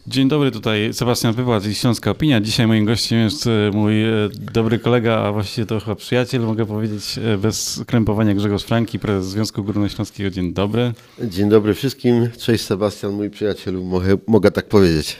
Dzień dobry, tutaj Sebastian Pywat i Śląska Opinia. Dzisiaj moim gościem jest mój dobry kolega, a właściwie to chyba przyjaciel, mogę powiedzieć, bez skrępowania, Grzegorz Franki, prezes Związku Górnośląskiego. Dzień dobry. Dzień dobry wszystkim. Cześć Sebastian, mój przyjacielu, mogę tak powiedzieć.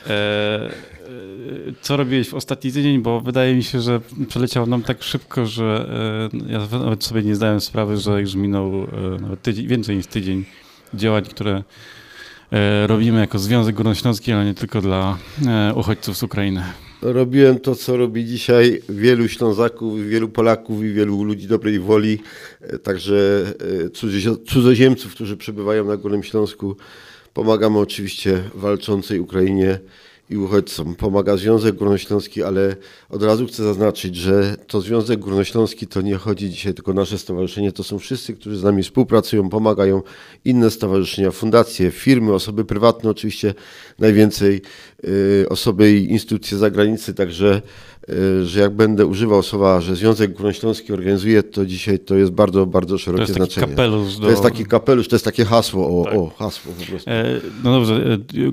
Co robiłeś w ostatni tydzień, bo wydaje mi się, że przeleciał nam tak szybko, że ja nawet sobie nie zdałem sprawy, że już minął nawet tydzień, więcej niż tydzień działań, które robimy jako Związek Górnośląski, ale nie tylko dla uchodźców z Ukrainy. Robiłem to, co robi dzisiaj wielu Ślązaków, wielu Polaków i wielu ludzi dobrej woli, także cudzoziemców, którzy przebywają na Górnym Śląsku. Pomagamy oczywiście walczącej Ukrainie i uchodźcom. Pomaga Związek Górnośląski, ale od razu chcę zaznaczyć, że to Związek Górnośląski to nie chodzi dzisiaj tylko nasze stowarzyszenie, to są wszyscy, którzy z nami współpracują, pomagają, inne stowarzyszenia, fundacje, firmy, osoby prywatne, oczywiście najwięcej osoby i instytucje z zagranicy, także że jak będę używał słowa, że Związek Górnośląski organizuje, to dzisiaj to jest bardzo, bardzo szerokie znaczenie. To jest taki kapelusz, to jest takie hasło, hasło po prostu. No dobrze,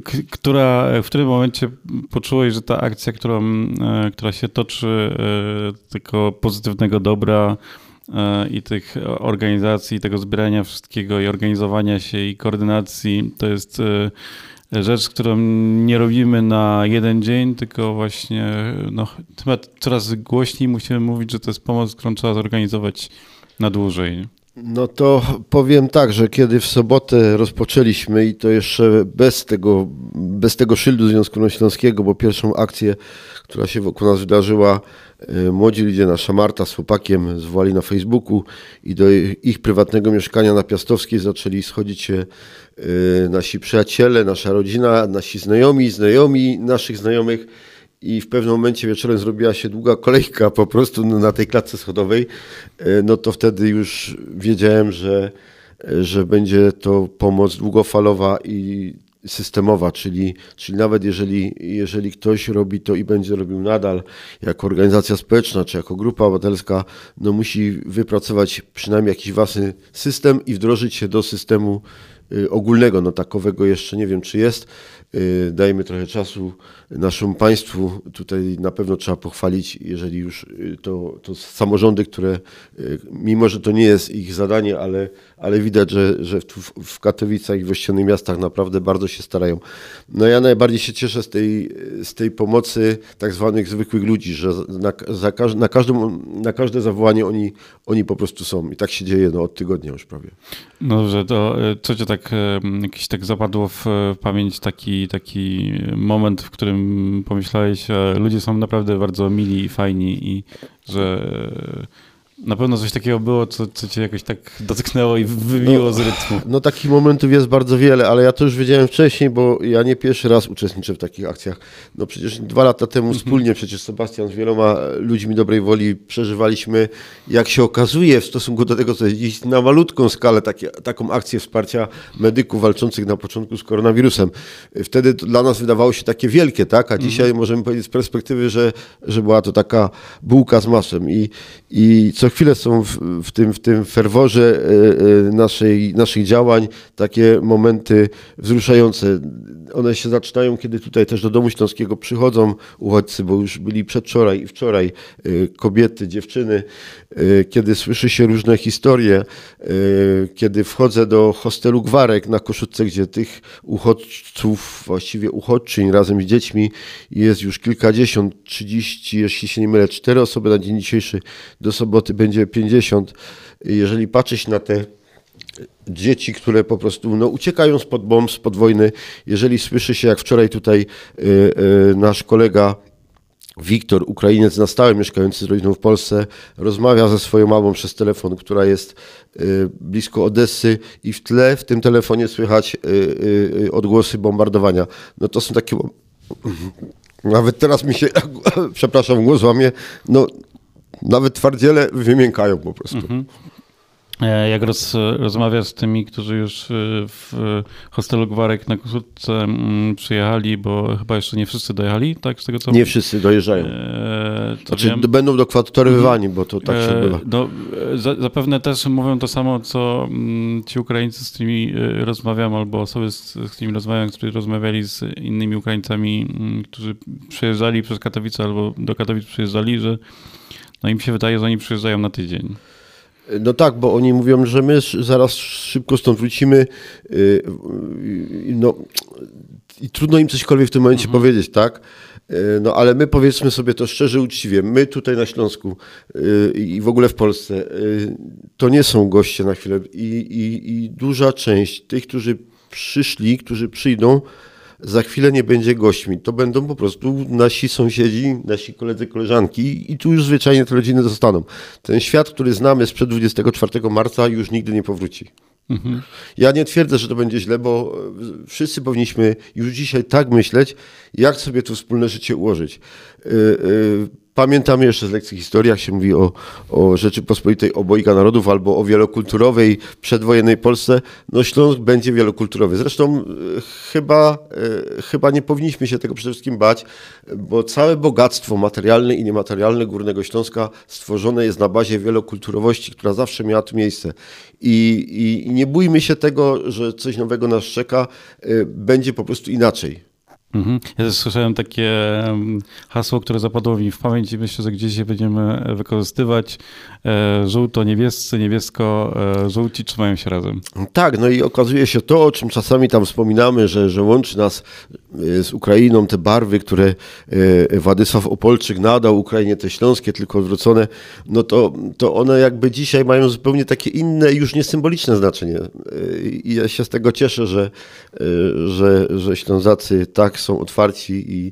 w którym momencie poczułeś, że ta akcja, która się toczy, tylko pozytywnego dobra i tych organizacji, tego zbierania wszystkiego i organizowania się i koordynacji, to jest rzecz, którą nie robimy na jeden dzień, tylko właśnie chyba coraz głośniej musimy mówić, że to jest pomoc, którą trzeba zorganizować na dłużej. No to powiem tak, że kiedy w sobotę rozpoczęliśmy i to jeszcze bez tego szyldu Związku Górnośląskiego, bo pierwszą akcję, która się wokół nas wydarzyła, młodzi ludzie, nasza Marta z chłopakiem zwołali na Facebooku i do ich prywatnego mieszkania na Piastowskiej zaczęli schodzić się nasi przyjaciele, nasza rodzina, nasi znajomi naszych znajomych i w pewnym momencie wieczorem zrobiła się długa kolejka po prostu na tej klatce schodowej, no to wtedy już wiedziałem, że będzie to pomoc długofalowa i systemowa, czyli nawet jeżeli ktoś robi to i będzie robił nadal jako organizacja społeczna czy jako grupa obywatelska, no musi wypracować przynajmniej jakiś własny system i wdrożyć się do systemu ogólnego, no takowego jeszcze nie wiem czy jest. Dajmy trochę czasu naszemu państwu, tutaj na pewno trzeba pochwalić, jeżeli już to samorządy, które mimo, że to nie jest ich zadanie, ale widać, że w Katowicach i w ościennych miastach naprawdę bardzo się starają. No ja najbardziej się cieszę z tej pomocy tak zwanych zwykłych ludzi, że na każde zawołanie oni po prostu są i tak się dzieje od tygodnia już prawie. No dobrze, to co cię jakiś tak zapadło w pamięć taki moment, w którym pomyślałeś, że ludzie są naprawdę bardzo mili i fajni i że na pewno coś takiego było, co cię jakoś tak dotknęło i wybiło z rytmu. No takich momentów jest bardzo wiele, ale ja to już wiedziałem wcześniej, bo ja nie pierwszy raz uczestniczę w takich akcjach. No przecież 2 lata temu wspólnie przecież Sebastian z wieloma ludźmi dobrej woli przeżywaliśmy, jak się okazuje w stosunku do tego, co jest dziś, na malutką skalę taką akcję wsparcia medyków walczących na początku z koronawirusem. Wtedy to dla nas wydawało się takie wielkie, tak? A dzisiaj możemy powiedzieć z perspektywy, że była to taka bułka z masłem i co chwilę są w tym ferworze naszych działań takie momenty wzruszające. One się zaczynają, kiedy tutaj też do Domu Śląskiego przychodzą uchodźcy, bo już byli przedwczoraj i wczoraj kobiety, dziewczyny, kiedy słyszy się różne historie, kiedy wchodzę do hostelu Gwarek na Koszutce, gdzie tych uchodźców, właściwie uchodźczyń razem z dziećmi jest już kilkadziesiąt, 30, jeśli się nie mylę, 4 osoby na dzień dzisiejszy, do soboty będzie 50. Jeżeli patrzeć na te dzieci, które po prostu uciekają spod bomb, spod wojny, jeżeli słyszy się, jak wczoraj tutaj nasz kolega Wiktor, Ukrainiec na stałe mieszkający z rodziną w Polsce, rozmawia ze swoją mamą przez telefon, która jest blisko Odessy i w tle w tym telefonie słychać odgłosy bombardowania. No to są takie... Nawet teraz mi się, przepraszam, głos łamie, nawet twardziele wymiękają po prostu. Jak rozmawiasz z tymi, którzy już w hostelu Gwarek na Kossuthce przyjechali, bo chyba jeszcze nie wszyscy dojechali, tak? Z tego co... Nie wszyscy dojeżdżają. Znaczy będą dokwaterowywani, bo to tak się odbywa. No, zapewne też mówią to samo, co ci Ukraińcy, z którymi rozmawiam, albo osoby, z którymi rozmawiam, którzy rozmawiali z innymi Ukraińcami, którzy przyjeżdżali przez Katowice albo do Katowic przyjeżdżali, że no im się wydaje, że oni przyjeżdżają na tydzień. No tak, bo oni mówią, że my zaraz szybko stąd wrócimy. No i trudno im cośkolwiek w tym momencie powiedzieć, tak? No ale my powiedzmy sobie to szczerze, uczciwie, my tutaj na Śląsku i w ogóle w Polsce to nie są goście na chwilę i duża część tych, którzy przyszli, którzy przyjdą, za chwilę nie będzie gośćmi. To będą po prostu nasi sąsiedzi, nasi koledzy, koleżanki i tu już zwyczajnie te rodziny zostaną. Ten świat, który znamy sprzed 24 marca już nigdy nie powróci. Ja nie twierdzę, że to będzie źle, bo wszyscy powinniśmy już dzisiaj tak myśleć, jak sobie to wspólne życie ułożyć. Pamiętam jeszcze z lekcji historii, jak się mówi o Rzeczypospolitej obojga narodów albo o wielokulturowej przedwojennej Polsce, no Śląsk będzie wielokulturowy. Zresztą chyba nie powinniśmy się tego przede wszystkim bać, bo całe bogactwo materialne i niematerialne Górnego Śląska stworzone jest na bazie wielokulturowości, która zawsze miała tu miejsce. I nie bójmy się tego, że coś nowego nas czeka, będzie po prostu inaczej. Ja też słyszałem takie hasło, które zapadło mi w pamięć i myślę, że gdzieś je będziemy wykorzystywać. Żółto-niebiescy, niebiesko-żółci trzymają się razem. Tak, no i okazuje się to, o czym czasami tam wspominamy, że łączy nas z Ukrainą te barwy, które Władysław Opolczyk nadał Ukrainie, te śląskie, tylko odwrócone, no to one jakby dzisiaj mają zupełnie takie inne, już nie symboliczne znaczenie. I ja się z tego cieszę, że Ślązacy tak są otwarci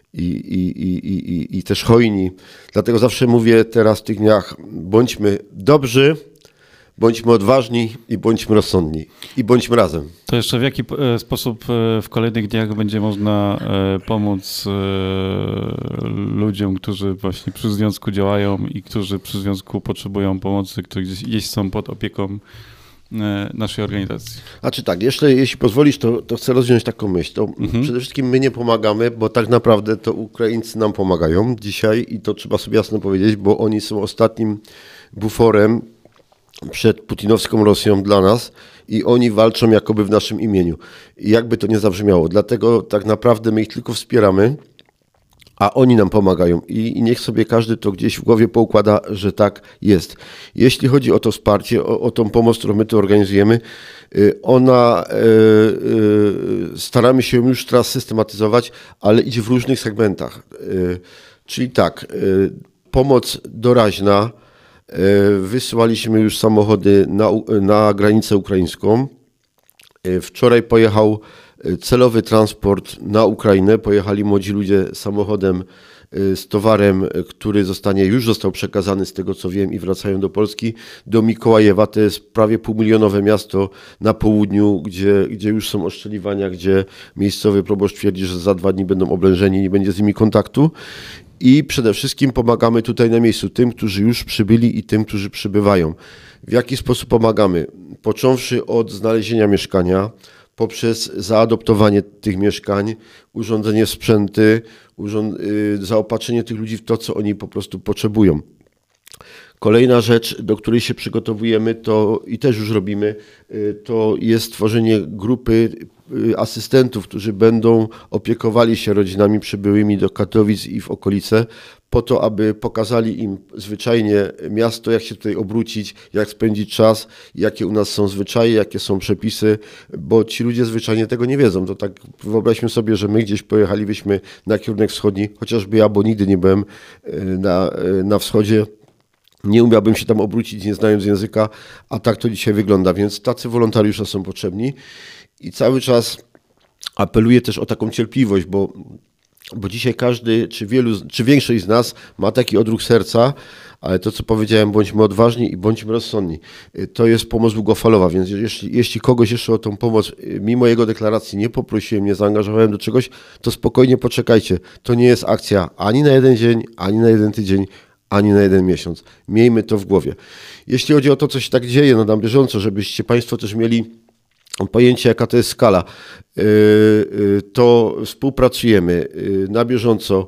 i też hojni. Dlatego zawsze mówię teraz w tych dniach, bądźmy dobrzy, bądźmy odważni i bądźmy rozsądni. I bądźmy razem. To jeszcze w jaki sposób w kolejnych dniach będzie można pomóc ludziom, którzy właśnie przy związku działają i którzy przy związku potrzebują pomocy, którzy gdzieś są pod opieką naszej organizacji? Znaczy tak, jeśli pozwolisz, to chcę rozwinąć taką myśl. To przede wszystkim my nie pomagamy, bo tak naprawdę to Ukraińcy nam pomagają dzisiaj i to trzeba sobie jasno powiedzieć, bo oni są ostatnim buforem przed putinowską Rosją dla nas i oni walczą jakoby w naszym imieniu. I jakby to nie zabrzmiało. Dlatego tak naprawdę my ich tylko wspieramy, a oni nam pomagają i niech sobie każdy to gdzieś w głowie poukłada, że tak jest. Jeśli chodzi o to wsparcie, o tą pomoc, którą my tu organizujemy, staramy się już teraz systematyzować, ale idzie w różnych segmentach. Czyli tak, pomoc doraźna, wysyłaliśmy już samochody na granicę ukraińską. Wczoraj pojechał celowy transport na Ukrainę. Pojechali młodzi ludzie samochodem z towarem, który już został przekazany z tego co wiem i wracają do Polski, do Mikołajewa. To jest prawie półmilionowe miasto na południu, gdzie już są oszczeliwania, gdzie miejscowy proboszcz twierdzi, że za 2 dni będą oblężeni, nie będzie z nimi kontaktu. I przede wszystkim pomagamy tutaj na miejscu tym, którzy już przybyli i tym, którzy przybywają. W jaki sposób pomagamy? Począwszy od znalezienia mieszkania, poprzez zaadoptowanie tych mieszkań, urządzenie sprzęty, zaopatrzenie tych ludzi w to, co oni po prostu potrzebują. Kolejna rzecz, do której się przygotowujemy i też już robimy, to jest stworzenie grupy asystentów, którzy będą opiekowali się rodzinami przybyłymi do Katowic i w okolice, po to, aby pokazali im zwyczajnie miasto, jak się tutaj obrócić, jak spędzić czas, jakie u nas są zwyczaje, jakie są przepisy, bo ci ludzie zwyczajnie tego nie wiedzą. To tak wyobraźmy sobie, że my gdzieś pojechalibyśmy na kierunek wschodni, chociażby ja, bo nigdy nie byłem na wschodzie, nie umiałbym się tam obrócić, nie znając języka, a tak to dzisiaj wygląda, więc tacy wolontariusze są potrzebni i cały czas apeluję też o taką cierpliwość, bo dzisiaj każdy, czy większość z nas ma taki odruch serca, ale to, co powiedziałem, bądźmy odważni i bądźmy rozsądni. To jest pomoc długofalowa, więc jeśli kogoś jeszcze o tą pomoc, mimo jego deklaracji nie poprosiłem, nie zaangażowałem do czegoś, to spokojnie poczekajcie. To nie jest akcja ani na jeden dzień, ani na jeden tydzień, ani na 1 miesiąc. Miejmy to w głowie. Jeśli chodzi o to, co się tak dzieje na bieżąco, żebyście Państwo też mieli pojęcie, jaka to jest skala, to współpracujemy na bieżąco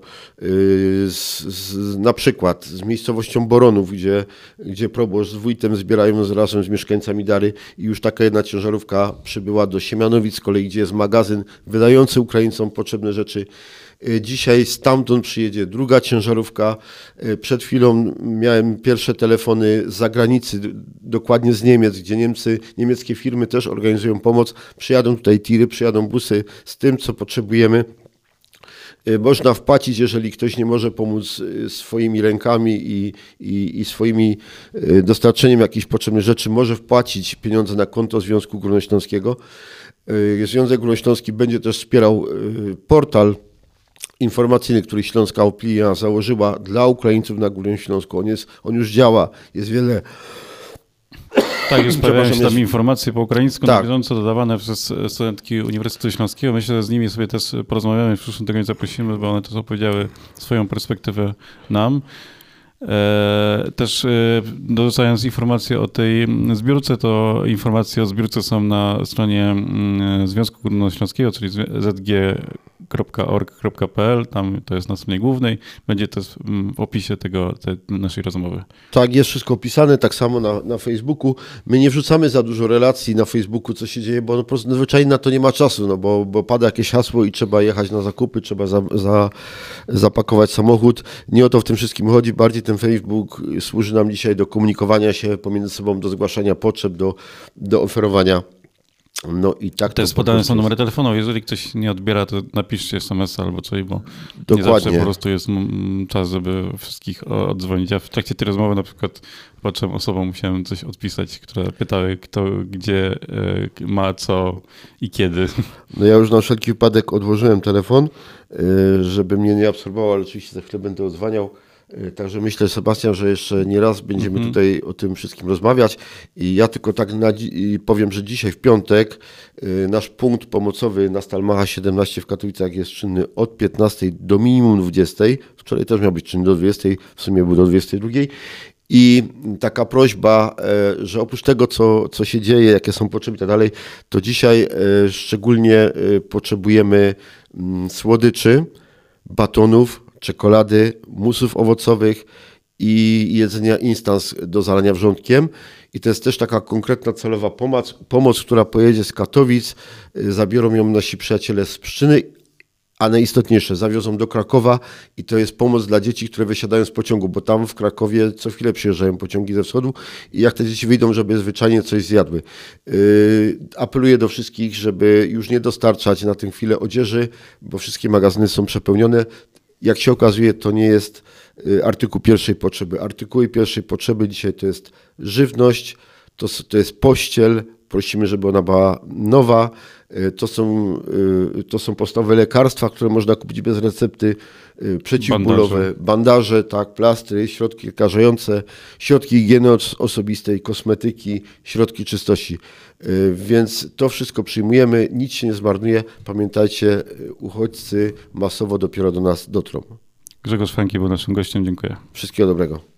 na przykład z miejscowością Boronów, gdzie proboszcz z wójtem zbierają razem z mieszkańcami dary i już taka jedna ciężarówka przybyła do Siemianowic, z kolei gdzie jest magazyn wydający Ukraińcom potrzebne rzeczy. Dzisiaj stamtąd przyjedzie druga ciężarówka. Przed chwilą miałem pierwsze telefony z zagranicy, dokładnie z Niemiec, gdzie niemieckie firmy też organizują pomoc. Przyjadą tutaj tiry, przyjadą busy z tym, co potrzebujemy. Można wpłacić, jeżeli ktoś nie może pomóc swoimi rękami i swoimi dostarczeniem jakichś potrzebnych rzeczy, może wpłacić pieniądze na konto Związku Górnośląskiego. Związek Górnośląski będzie też wspierał portal informacyjny, który Śląska Opinia założyła dla Ukraińców na Górnym Śląsku. On już działa, jest wiele... Tak, już pojawiają się tam informacje po ukraińsku tak. Na bieżąco dodawane przez studentki Uniwersytetu Śląskiego. Myślę, że z nimi sobie też porozmawiamy, w przyszłym tygodniu zaprosimy, bo one też opowiedziały swoją perspektywę nam. Też dorzucając informacje o tej zbiórce, to informacje o zbiórce są na stronie Związku Górnośląskiego, czyli zg.org.pl, tam to jest na stronie głównej, będzie też w opisie tej naszej rozmowy. Tak, jest wszystko opisane, tak samo na Facebooku. My nie wrzucamy za dużo relacji na Facebooku, co się dzieje, bo po prostu zwyczajnie na to nie ma czasu, bo pada jakieś hasło i trzeba jechać na zakupy, trzeba zapakować samochód. Nie o to w tym wszystkim chodzi, bardziej ten Facebook służy nam dzisiaj do komunikowania się pomiędzy sobą, do zgłaszania potrzeb, do oferowania. No i tak to jest podane są numery telefonu. Jeżeli ktoś nie odbiera, to napiszcie SMS-a albo coś, bo dokładnie. Nie zawsze po prostu jest czas, żeby wszystkich oddzwonić. Ja w trakcie tej rozmowy na przykład patrzyłem osobom, musiałem coś odpisać, które pytały kto, gdzie ma, co i kiedy. No ja już na wszelki wypadek odłożyłem telefon, żeby mnie nie absorbował, ale oczywiście za chwilę będę odzwaniał. Także myślę, Sebastian, że jeszcze nie raz będziemy tutaj o tym wszystkim rozmawiać i ja tylko tak powiem, że dzisiaj w piątek nasz punkt pomocowy na Stalmacha 17 w Katowicach jest czynny od 15 do minimum 20. Wczoraj też miał być czynny do 20, w sumie był do 22. I taka prośba, że oprócz tego, co się dzieje, jakie są potrzeby i tak dalej, to dzisiaj szczególnie potrzebujemy słodyczy, batonów, czekolady, musów owocowych i jedzenia instans do zalania wrzątkiem. I to jest też taka konkretna celowa pomoc, która pojedzie z Katowic, zabiorą ją nasi przyjaciele z Pszczyny, a najistotniejsze, zawiozą do Krakowa i to jest pomoc dla dzieci, które wysiadają z pociągu, bo tam w Krakowie co chwilę przyjeżdżają pociągi ze wschodu i jak te dzieci wyjdą, żeby zwyczajnie coś zjadły. Apeluję do wszystkich, żeby już nie dostarczać na tę chwilę odzieży, bo wszystkie magazyny są przepełnione. Jak się okazuje, to nie jest artykuł pierwszej potrzeby. Artykuły pierwszej potrzeby dzisiaj to jest żywność, to jest pościel, prosimy, żeby ona była nowa, to są podstawowe lekarstwa, które można kupić bez recepty, przeciwbólowe, bandaże, tak, plastry, środki lekarzające, środki higieny osobistej, kosmetyki, środki czystości. Więc to wszystko przyjmujemy, nic się nie zmarnuje. Pamiętajcie, uchodźcy masowo dopiero do nas dotrą. Grzegorz Franki był naszym gościem, dziękuję. Wszystkiego dobrego.